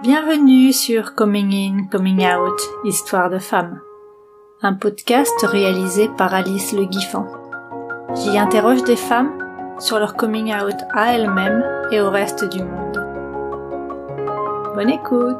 Bienvenue sur Coming In, Coming Out, Histoire de femmes, un podcast réalisé par Alice Le Guiffant. J'y interroge des femmes sur leur coming out à elles-mêmes et au reste du monde. Bonne écoute.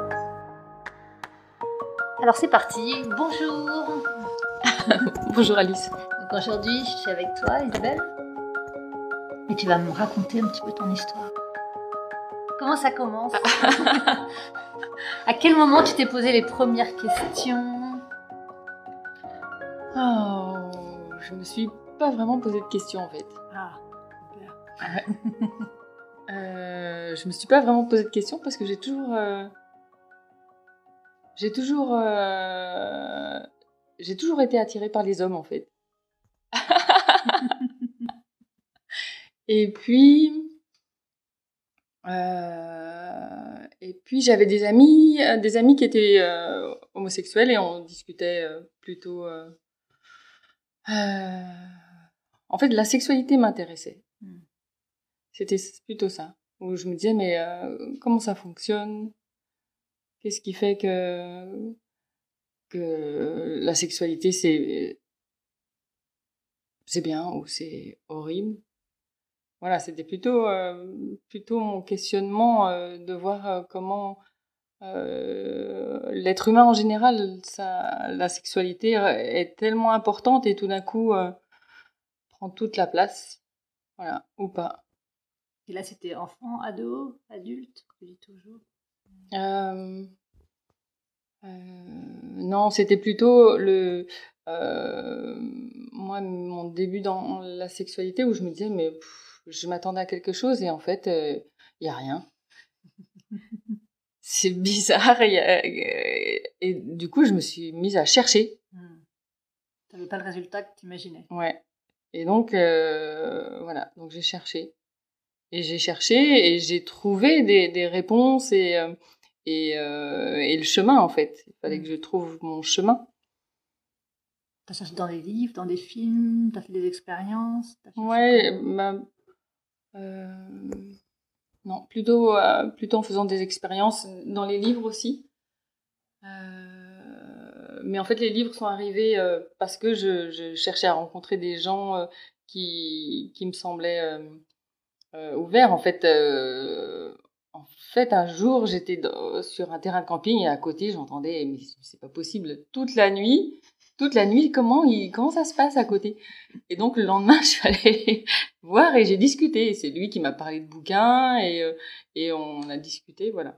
Alors c'est parti, bonjour. Bonjour Alice. Donc aujourd'hui je suis avec toi Isabelle et tu vas me raconter un petit peu ton histoire. Comment ça commence? À quel moment tu t'es posé les premières questions? Je me suis pas vraiment posé de questions en fait. Ah, super. Je me suis pas vraiment posé de questions parce que j'ai toujours été attirée par les hommes en fait. Et puis j'avais des amis qui étaient homosexuels et on discutait plutôt. En fait, la sexualité m'intéressait. C'était plutôt ça. Où je me disais, mais comment ça fonctionne? Qu'est-ce qui fait que la sexualité, c'est bien ou c'est horrible? Voilà, c'était plutôt mon questionnement de voir comment l'être humain en général, la sexualité est tellement importante et tout d'un coup prend toute la place. Voilà, ou pas. Et là, c'était enfant, ado, adulte, tu dis toujours. Non, c'était plutôt moi, mon début dans la sexualité où je me disais, mais je m'attendais à quelque chose et en fait, il n'y a rien. C'est bizarre. Et du coup, je me suis mise à chercher. Tu n'avais pas le résultat que tu imaginais. Ouais. Et donc, voilà. Donc, j'ai cherché. Et j'ai trouvé des réponses et le chemin, en fait. Il fallait que je trouve mon chemin. Tu as cherché dans des livres, dans des films, tu as fait des expériences? Ouais, non, plutôt en faisant des expériences dans les livres aussi. Mais en fait, les livres sont arrivés parce que je cherchais à rencontrer des gens qui me semblaient ouverts. En fait, un jour, j'étais sur un terrain de camping et à côté, j'entendais, mais c'est pas possible, toute la nuit, comment ça se passe à côté? Et donc, le lendemain, je suis allée voir et j'ai discuté. Et c'est lui qui m'a parlé de bouquins et on a discuté, voilà.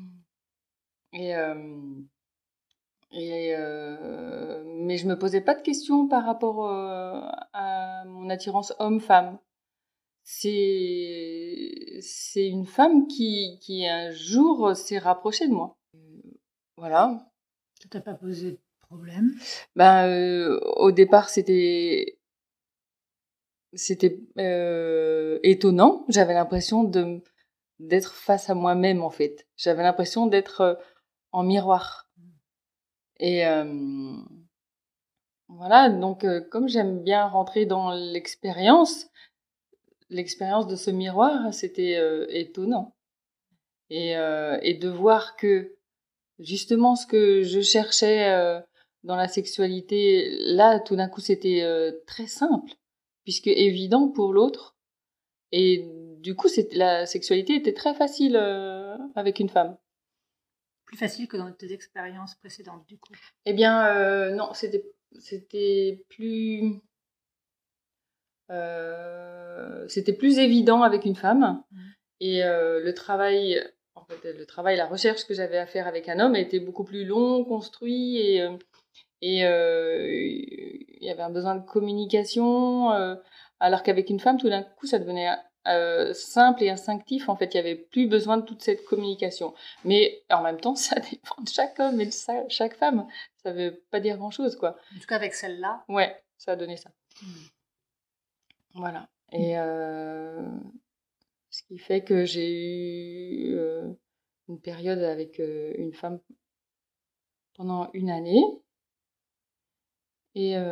Mais je me posais pas de questions par rapport à mon attirance homme-femme. C'est une femme qui un jour s'est rapprochée de moi. Voilà. Ça t'a pas posé de problème? Au départ, c'était étonnant. J'avais l'impression d'être face à moi-même, en fait. J'avais l'impression d'être en miroir. Et voilà, donc comme j'aime bien rentrer dans l'expérience de ce miroir, c'était étonnant. Et de voir que justement ce que je cherchais dans la sexualité, là, tout d'un coup, c'était très simple, puisque évident pour l'autre. Et du coup, la sexualité était très facile avec une femme. Plus facile que dans tes expériences précédentes, du coup? Eh bien, non, c'était plus... c'était plus évident avec une femme. Et le travail, la recherche que j'avais à faire avec un homme était beaucoup plus long, construit, et il y avait un besoin de communication, alors qu'avec une femme, tout d'un coup, ça devenait simple et instinctif. En fait, il n'y avait plus besoin de toute cette communication. Mais en même temps, ça dépend de chaque homme et de chaque femme. Ça ne veut pas dire grand-chose, quoi. En tout cas, avec celle-là? Ouais, ça a donné ça. Voilà. Et ce qui fait que j'ai eu une période avec une femme pendant 1 année. Et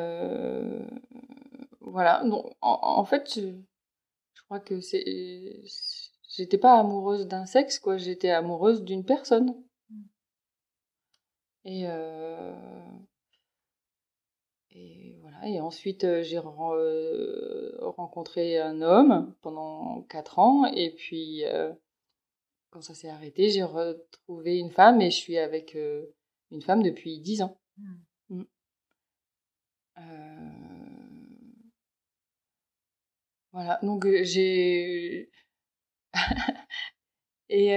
voilà. Donc, en fait, je crois que j'étais pas amoureuse d'un sexe, quoi. J'étais amoureuse d'une personne. Et voilà. Et ensuite, j'ai rencontré un homme pendant 4 ans. Et puis, quand ça s'est arrêté, j'ai retrouvé une femme et je suis avec une femme depuis 10 ans. Mm. Voilà. Donc, j'ai... Et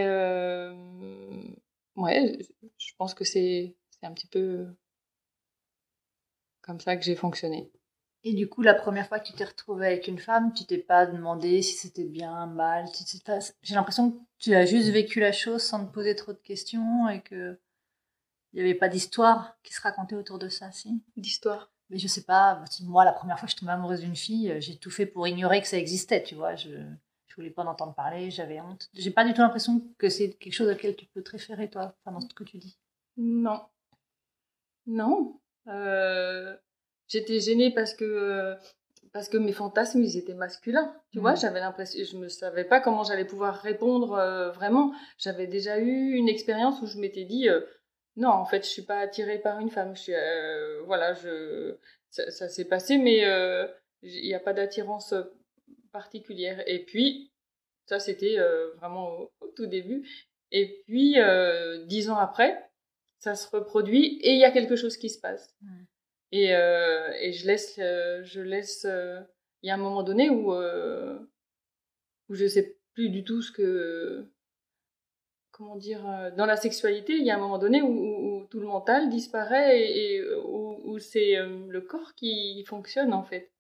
ouais, je pense que c'est un petit peu comme ça que j'ai fonctionné. Et du coup, la première fois que tu t'es retrouvée avec une femme, tu t'es pas demandé si c'était bien, mal. J'ai l'impression que tu as juste vécu la chose sans te poser trop de questions et que il n'y avait pas d'histoire qui se racontait autour de ça, si. D'histoire. Mais je sais pas, moi, la première fois que je suis tombée amoureuse d'une fille, j'ai tout fait pour ignorer que ça existait, tu vois. Je voulais pas en entendre parler, j'avais honte. J'ai pas du tout l'impression que c'est quelque chose auquel tu peux te référer, toi, dans ce que tu dis. Non. Non. J'étais gênée parce que mes fantasmes, ils étaient masculins. Tu vois, j'avais l'impression, je me savais pas comment j'allais pouvoir répondre vraiment. J'avais déjà eu une expérience où je m'étais dit, non, en fait, je suis pas attirée par une femme. Voilà, ça s'est passé, mais il n'y a pas d'attirance particulière. Et puis, ça, c'était vraiment au tout début. Et puis, 10 ans après, ça se reproduit et il y a quelque chose qui se passe. Et je laisse, il y a un moment donné où je sais plus du tout comment dire, dans la sexualité, il y a un moment donné où tout le mental disparaît et où c'est le corps qui fonctionne en fait.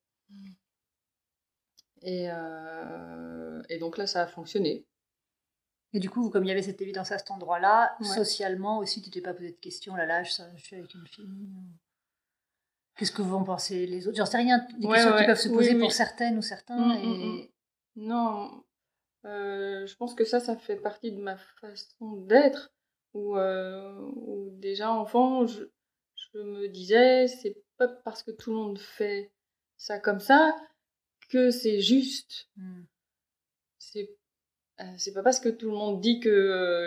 Et donc là, ça a fonctionné. Et du coup, comme il y avait cette évidence à cet endroit-là, socialement aussi, tu t'es pas posé de questions, là, je suis avec une fille. Qu'est-ce que vont penser les autres? J'en sais rien, des questions qui peuvent se poser pour certaines ou certains. Non, je pense que ça fait partie de ma façon d'être, où déjà enfant, je me disais, c'est pas parce que tout le monde fait ça comme ça que c'est juste. C'est pas parce que tout le monde dit que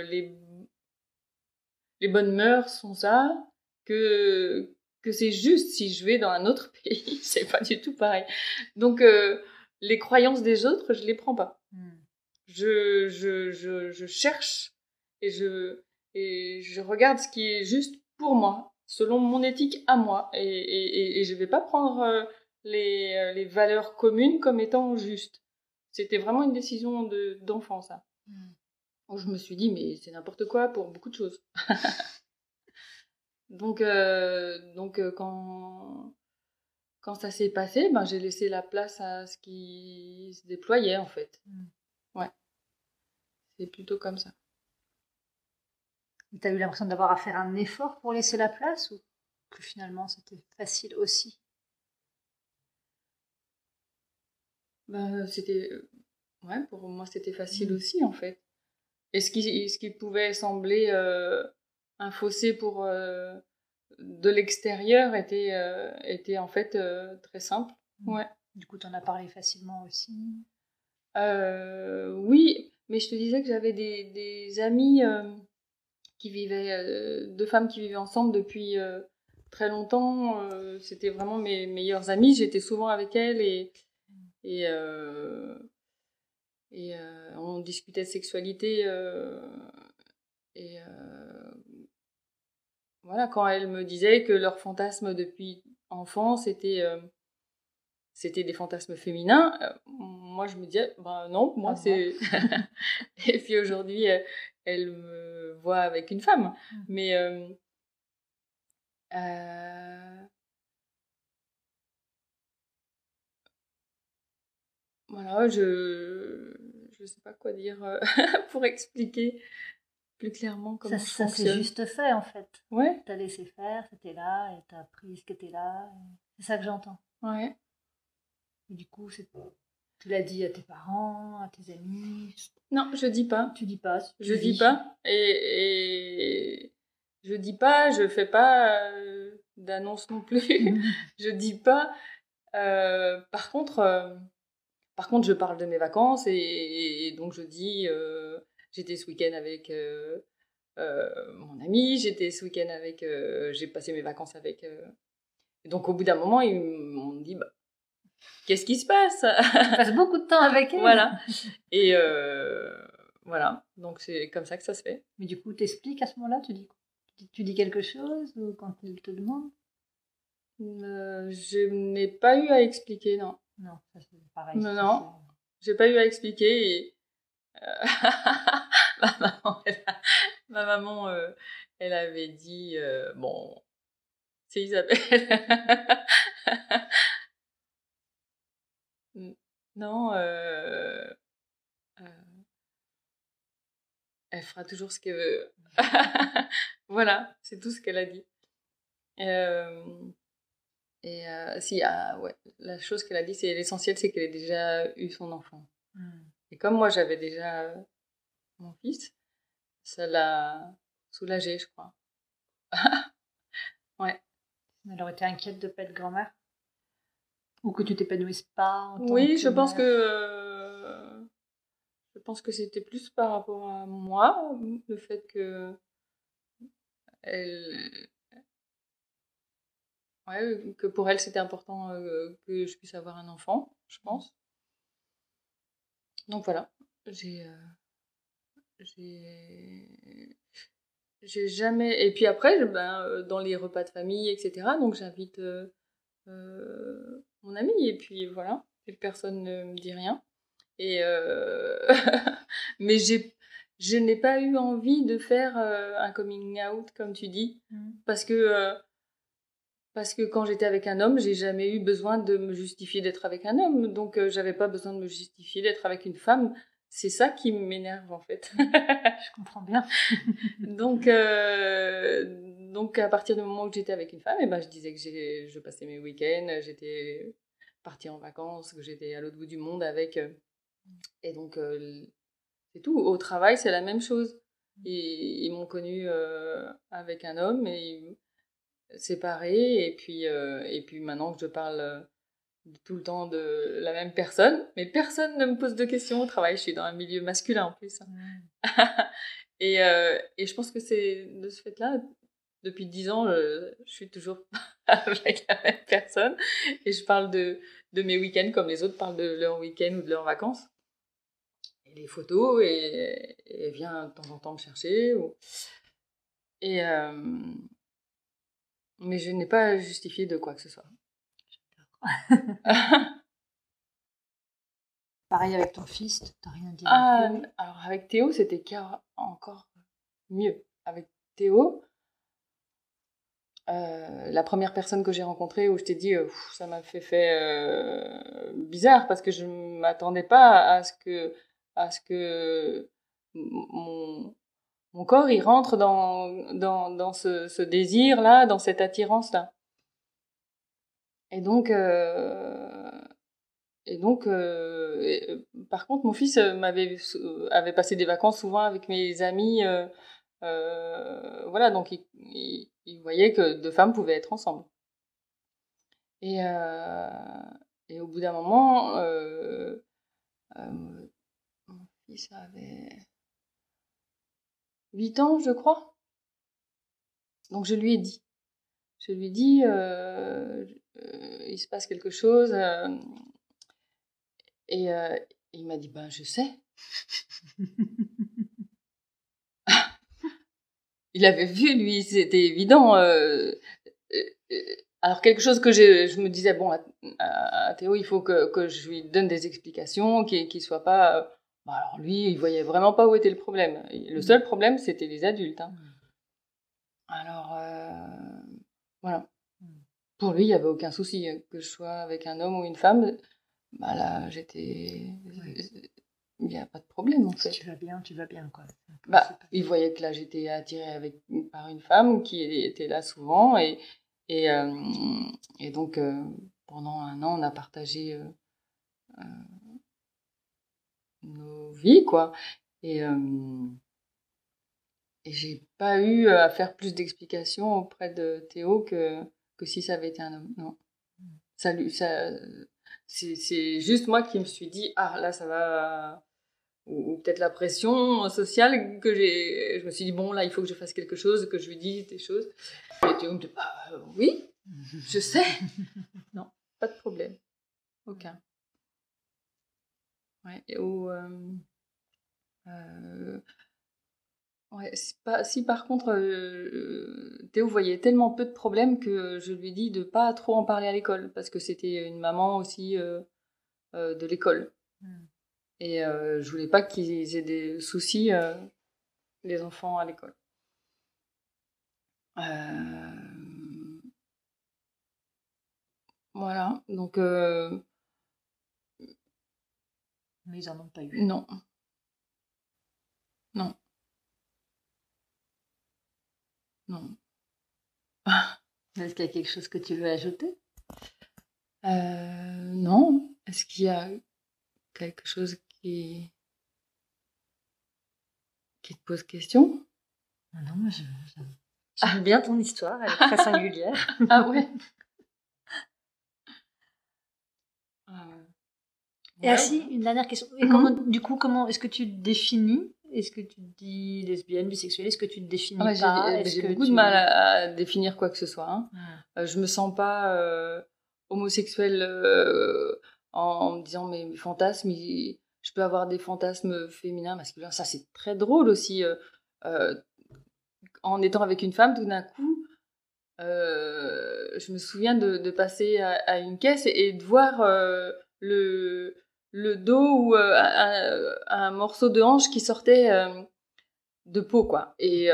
les bonnes mœurs sont ça que c'est juste. Si je vais dans un autre pays, c'est pas du tout pareil. Donc les croyances des autres, je les prends pas. Je cherche et je regarde ce qui est juste pour moi, selon mon éthique à moi, et je vais pas prendre les valeurs communes comme étant justes. C'était vraiment une décision d'enfant, ça. Où je me suis dit, mais c'est n'importe quoi pour beaucoup de choses. Donc quand ça s'est passé, ben, j'ai laissé la place à ce qui se déployait, en fait. Ouais. C'est plutôt comme ça. Tu as eu l'impression d'avoir à faire un effort pour laisser la place ou que finalement c'était facile aussi? C'était... Ouais, pour moi, c'était facile aussi, en fait. Et ce qui pouvait sembler un fossé pour de l'extérieur était en fait très simple. Ouais. Du coup, tu en as parlé facilement aussi? Oui, mais je te disais que j'avais des amis qui vivaient, deux femmes qui vivaient ensemble depuis très longtemps. C'était vraiment mes meilleures amies. J'étais souvent avec elles et on discutait de sexualité. Et voilà, quand elles me disaient que leur fantasme depuis enfant, c'était des fantasmes féminins, moi je me disais, ben non, moi c'est... Et puis aujourd'hui, elles me voient avec une femme. Mais voilà, je sais pas quoi dire pour expliquer plus clairement comment je fonctionne. Ça s'est juste fait en fait. Ouais. T'as laissé faire, c'était là et t'as appris ce qui était là. C'est ça que j'entends. Ouais. Et du coup, tu l'as dit à tes parents, à tes amis? Non, je dis pas. Tu dis pas. Je dis pas. Et je dis pas, je fais pas d'annonce non plus. Je dis pas. Par contre, Par contre, je parle de mes vacances et donc je dis j'étais ce week-end avec mon ami, j'étais ce week-end avec j'ai passé mes vacances avec et donc au bout d'un moment ils m'ont dit bah, qu'est-ce qui se passe? Tu passes beaucoup de temps avec elle. Voilà. Et voilà, donc c'est comme ça que ça se fait. Mais du coup, t'expliques à ce moment-là, tu dis quelque chose ou quand il te demande? Je n'ai pas eu à expliquer, non. Non, ça c'est pareil. Non, non, j'ai pas eu à expliquer. Et, ma maman, elle avait dit bon, c'est Isabelle. Non, elle fera toujours ce qu'elle veut. Voilà, c'est tout ce qu'elle a dit. Si, ouais, la chose qu'elle a dit, c'est l'essentiel, c'est qu'elle ait déjà eu son enfant. Et comme moi, j'avais déjà mon fils, ça l'a soulagée, je crois. Ouais. Elle aurait été inquiète de ne pas être grand-mère? Ou que tu t'épanouisses pas en tant Oui, que je pense mère? que c'était plus par rapport à moi, le fait que elle, ouais, que pour elle c'était important que je puisse avoir un enfant, je pense. Donc voilà, j'ai jamais. Et puis après, dans les repas de famille, etc. Donc j'invite mon ami et puis voilà, et personne ne me dit rien. Et mais je n'ai pas eu envie de faire un coming out comme tu dis, parce que quand j'étais avec un homme, j'ai jamais eu besoin de me justifier d'être avec un homme, donc j'avais pas besoin de me justifier d'être avec une femme. C'est ça qui m'énerve en fait. Je comprends bien. Donc à partir du moment où j'étais avec une femme, et ben je disais que je passais mes week-ends, j'étais partie en vacances, que j'étais à l'autre bout du monde avec. Et donc c'est tout. Au travail, c'est la même chose. Ils m'ont connue avec un homme et séparés. Et puis maintenant que je parle tout le temps de la même personne, mais personne ne me pose de questions au travail. Je suis dans un milieu masculin en plus. Et je pense que c'est de ce fait-là, depuis 10 ans, je suis toujours avec la même personne. Et je parle de mes week-ends comme les autres parlent de leur week-end ou de leurs vacances. Et les photos, et elle vient de temps en temps me chercher. Et, mais je n'ai pas justifié de quoi que ce soit. Pareil avec ton fils, t'as rien dit. Alors avec Théo, c'était encore mieux. Avec Théo, la première personne que j'ai rencontrée où je t'ai dit ça m'a fait bizarre parce que je ne m'attendais pas à ce que mon corps il rentre dans ce désir là, dans cette attirance là. Et donc par contre mon fils avait passé des vacances souvent avec mes amis, voilà, donc il voyait que deux femmes pouvaient être ensemble. Et au bout d'un moment, mon fils avait 8 ans, je crois. Donc je lui ai dit. Il se passe quelque chose. Et il m'a dit, ben je sais. Il avait vu, lui, c'était évident. Alors quelque chose que je me disais, bon, à Théo, il faut que je lui donne des explications, qu'il soit pas... alors lui, il voyait vraiment pas où était le problème. Le seul problème, c'était les adultes. Hein. Alors, voilà. Pour lui, il n'y avait aucun souci. Que je sois avec un homme ou une femme, bah là, j'étais... Il n'y a pas de problème, en fait. Si tu vas bien, tu vas bien, quoi. Il voyait que là, j'étais attirée par une femme qui était là souvent. Et donc, pendant un an, on a partagé nos vies, quoi. Et j'ai pas eu à faire plus d'explications auprès de Théo que si ça avait été un homme. Non. C'est juste moi qui me suis dit, ah là ça va, ou peut-être la pression sociale que j'ai. Je me suis dit, bon là il faut que je fasse quelque chose, que je lui dise des choses. Et tu me dis, oui, je sais. Non, pas de problème. Aucun. Ouais, ouais, si par contre Théo voyait tellement peu de problèmes que je lui ai dit de pas trop en parler à l'école, parce que c'était une maman aussi de l'école. Et je voulais pas qu'ils aient des soucis, les enfants à l'école. Voilà, donc Mais ils en ont pas eu. non. Non. Non. Est-ce qu'il y a quelque chose que tu veux ajouter? Non. Est-ce qu'il y a quelque chose qui te pose question? Non, moi j'aime bien ton histoire, elle est très singulière. Ah ouais. Et ainsi, une dernière question. Et comment est-ce que tu te définis? Est-ce que tu te dis lesbienne, bisexuelle? Est-ce que tu te définis pas? J'ai beaucoup de mal à définir quoi que ce soit. Hein. Je me sens pas homosexuelle en me disant mes fantasmes. Je peux avoir des fantasmes féminins, masculins. Ça, c'est très drôle aussi. En étant avec une femme, tout d'un coup, je me souviens de passer à une caisse et de voir le dos ou un morceau de hanche qui sortait de peau, quoi. Et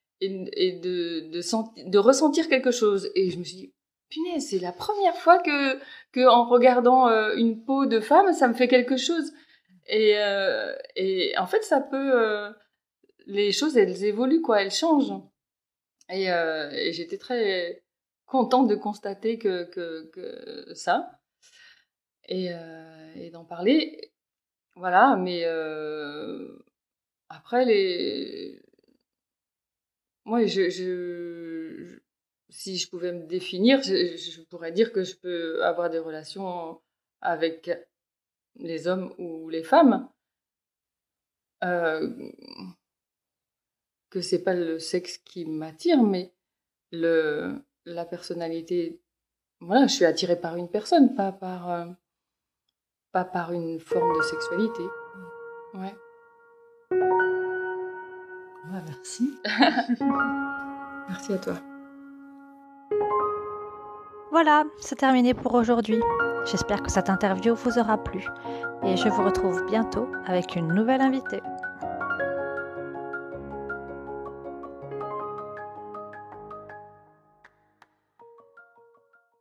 de ressentir quelque chose. Et je me suis dit, punaise, c'est la première fois que en regardant une peau de femme, ça me fait quelque chose. Et en fait, ça peut... les choses, elles évoluent, quoi, elles changent. Et j'étais très contente de constater que ça. Et d'en parler. Voilà, mais après, moi, si je pouvais me définir, je pourrais dire que je peux avoir des relations avec les hommes ou les femmes. Que c'est pas le sexe qui m'attire, mais la personnalité. Voilà, je suis attirée par une personne, pas par une forme de sexualité. Ouais. Ouais, merci. Merci à toi. Voilà, c'est terminé pour aujourd'hui. J'espère que cette interview vous aura plu et je vous retrouve bientôt avec une nouvelle invitée.